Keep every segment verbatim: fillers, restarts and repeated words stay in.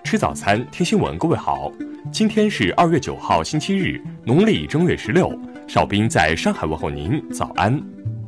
吃早餐，听新闻。各位好，今天是二月九号，星期日，农历正月十六。邵兵在上海问候您，早安。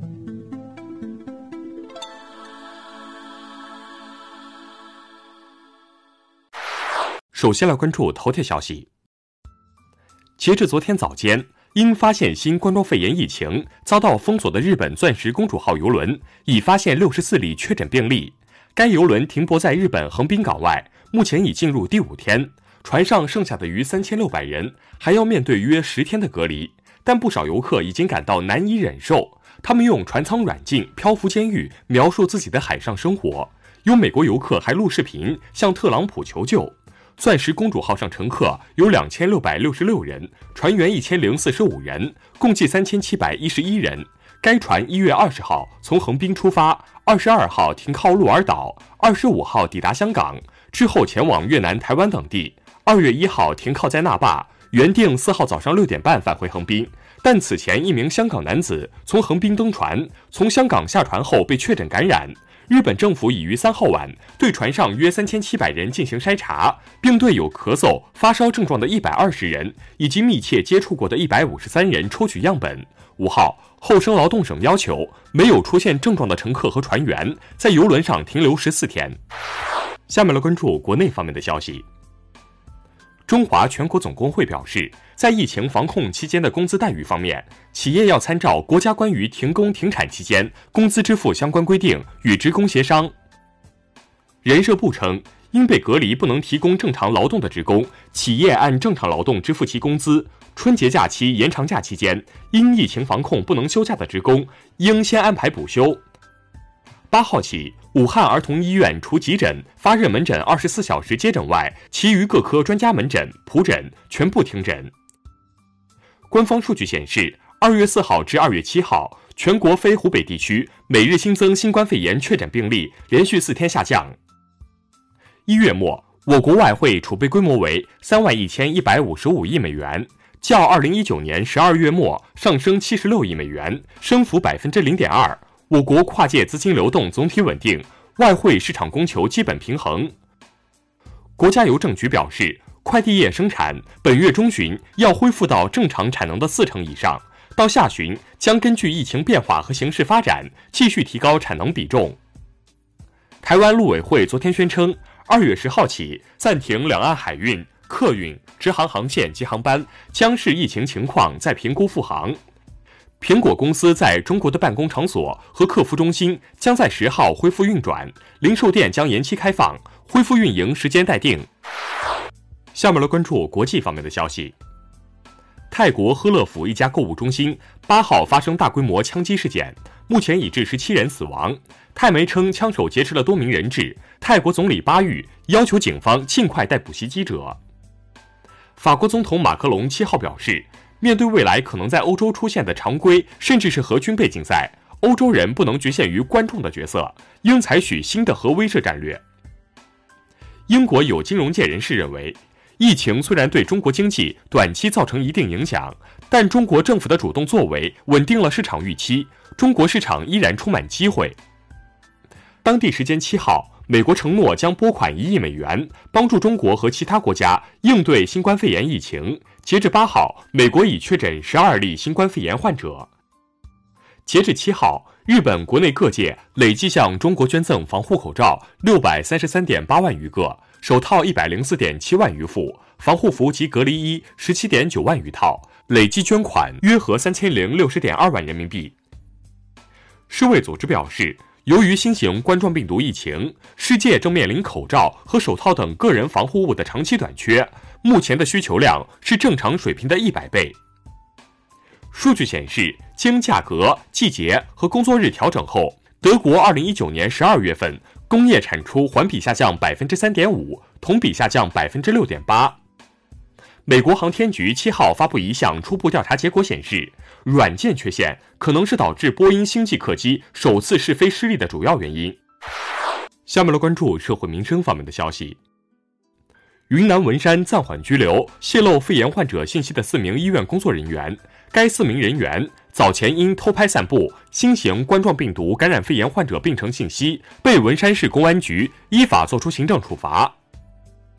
首先来关注头条消息。截至昨天早间，因发现新冠状肺炎疫情遭到封锁的日本钻石公主号邮轮已发现六十四例确诊病例。该邮轮停泊在日本横滨港外，目前已进入第五天，船上剩下的逾三千六百人还要面对约十天的隔离，但不少游客已经感到难以忍受。他们用船舱软禁、漂浮监狱描述自己的海上生活，有美国游客还录视频向特朗普求救。钻石公主号上乘客有两千六百六十六人，船员一千零四十五人，共计三千七百一十一人。该船一月二十号从横滨出发，二十二号停靠鹿儿岛，二十五号抵达香港，之后前往越南、台湾等地。二月一号停靠在那霸，原定四号早上六点半返回横滨，但此前一名香港男子从横滨登船，从香港下船后被确诊感染。日本政府已于三号晚对船上约三千七百人进行筛查，并对有咳嗽、发烧症状的一百二十人以及密切接触过的一百五十三人抽取样本。五号，厚生劳动省要求没有出现症状的乘客和船员在邮轮上停留十四天。下面来关注国内方面的消息。中华全国总工会表示，在疫情防控期间的工资待遇方面，企业要参照国家关于停工停产期间工资支付相关规定，与职工协商。人社部称，因被隔离不能提供正常劳动的职工，企业按正常劳动支付其工资。春节假期、延长假期间，因疫情防控不能休假的职工，应先安排补休。八号起，武汉儿童医院除急诊、发热门诊二十四小时接诊外，其余各科专家门诊、普诊全部停诊。官方数据显示，二月四号至二月七号，全国非湖北地区每日新增新冠肺炎确诊病例连续四天下降。一月末，我国外汇储备规模为三万一千一百五十五亿美元，较二零一九年十二月末上升七十六亿美元，升幅百分之零点二。我国跨界资金流动总体稳定，外汇市场供求基本平衡。国家邮政局表示，快递业生产本月中旬要恢复到正常产能的四成以上，到下旬将根据疫情变化和形势发展，继续提高产能比重。台湾陆委会昨天宣称，二月十号起暂停两岸海运、客运、直航航线及航班，将视疫情情况再评估复航。苹果公司在中国的办公场所和客服中心将在十号恢复运转，零售店将延期开放，恢复运营时间待定。下面来关注国际方面的消息。泰国呵乐府一家购物中心八号发生大规模枪击事件，目前已致十七人死亡。泰媒称枪手劫持了多名人质，泰国总理巴育要求警方尽快逮捕袭击者。法国总统马克龙七号表示，面对未来可能在欧洲出现的常规甚至是核军备竞赛，欧洲人不能局限于观众的角色，应采取新的核威慑战略。英国有金融界人士认为，疫情虽然对中国经济短期造成一定影响，但中国政府的主动作为稳定了市场预期，中国市场依然充满机会。当地时间七号，美国承诺将拨款一亿美元，帮助中国和其他国家应对新冠肺炎疫情。截至八号，美国已确诊十二例新冠肺炎患者。截至七号，日本国内各界累计向中国捐赠防护口罩六百三十三点八万余个，手套一百零四点七万余副，防护服及隔离衣十七点九万余套，累计捐款约合三千零六十点二万人民币。世卫组织表示，由于新型冠状病毒疫情，世界正面临口罩和手套等个人防护物的长期短缺，目前的需求量是正常水平的一百倍。数据显示，经价格、季节和工作日调整后，德国二零一九年十二月份工业产出环比下降百分之三点五，同比下降百分之六点八。美国航天局七号发布一项初步调查结果显示，软件缺陷可能是导致波音星际客机首次试飞失利的主要原因。下面来关注社会民生方面的消息。云南文山暂缓拘留泄露肺炎患者信息的四名医院工作人员，该四名人员早前因偷拍散布新型冠状病毒感染肺炎患者病程信息，被文山市公安局依法作出行政处罚。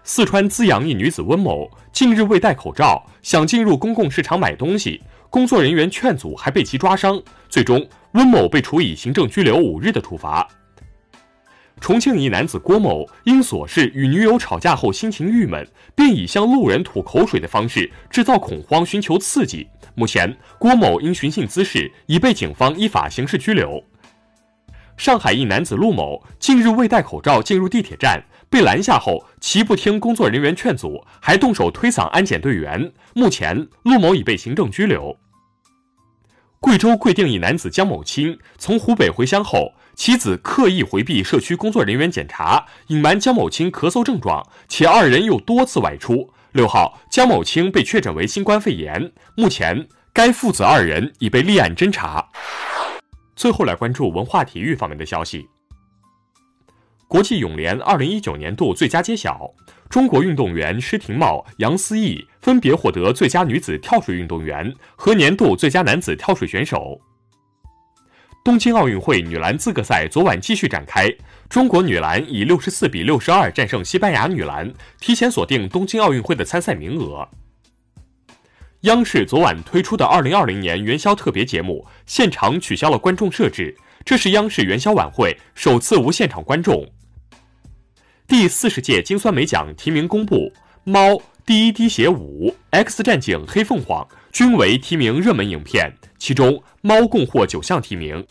四川资阳一女子温某近日未戴口罩，想进入公共市场买东西，工作人员劝阻，还被其抓伤，最终温某被处以行政拘留五日的处罚。重庆一男子郭某因琐事与女友吵架后心情郁闷，便以向路人吐口水的方式制造恐慌，寻求刺激。目前，郭某因寻衅滋事已被警方依法刑事拘留。上海一男子陆某近日未戴口罩进入地铁站，被拦下后，其不听工作人员劝阻，还动手推搡安检队员。目前，陆某已被行政拘留。贵州贵定一男子江某清从湖北回乡后，妻子刻意回避社区工作人员检查，隐瞒江某清咳嗽症状，且二人又多次外出。六号，江某清被确诊为新冠肺炎，目前该父子二人已被立案侦查。最后来关注文化体育方面的消息。国际泳联二零一九年度最佳揭晓，中国运动员施廷懋、杨思义分别获得最佳女子跳水运动员和年度最佳男子跳水选手。东京奥运会女篮资格赛昨晚继续展开，中国女篮以六十四比六十二战胜西班牙女篮，提前锁定东京奥运会的参赛名额。央视昨晚推出的二零二零年元宵特别节目现场取消了观众设置，这是央视元宵晚会首次无现场观众。第四十届金酸梅奖提名公布，猫、第一滴血五、X 战警黑凤凰均为提名热门影片，其中猫共获九项提名。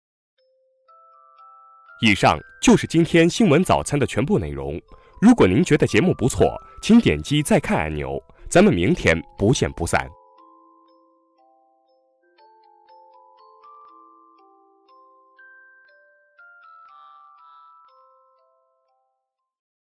以上就是今天新闻早餐的全部内容。如果您觉得节目不错，请点击再看按钮。咱们明天不见不散。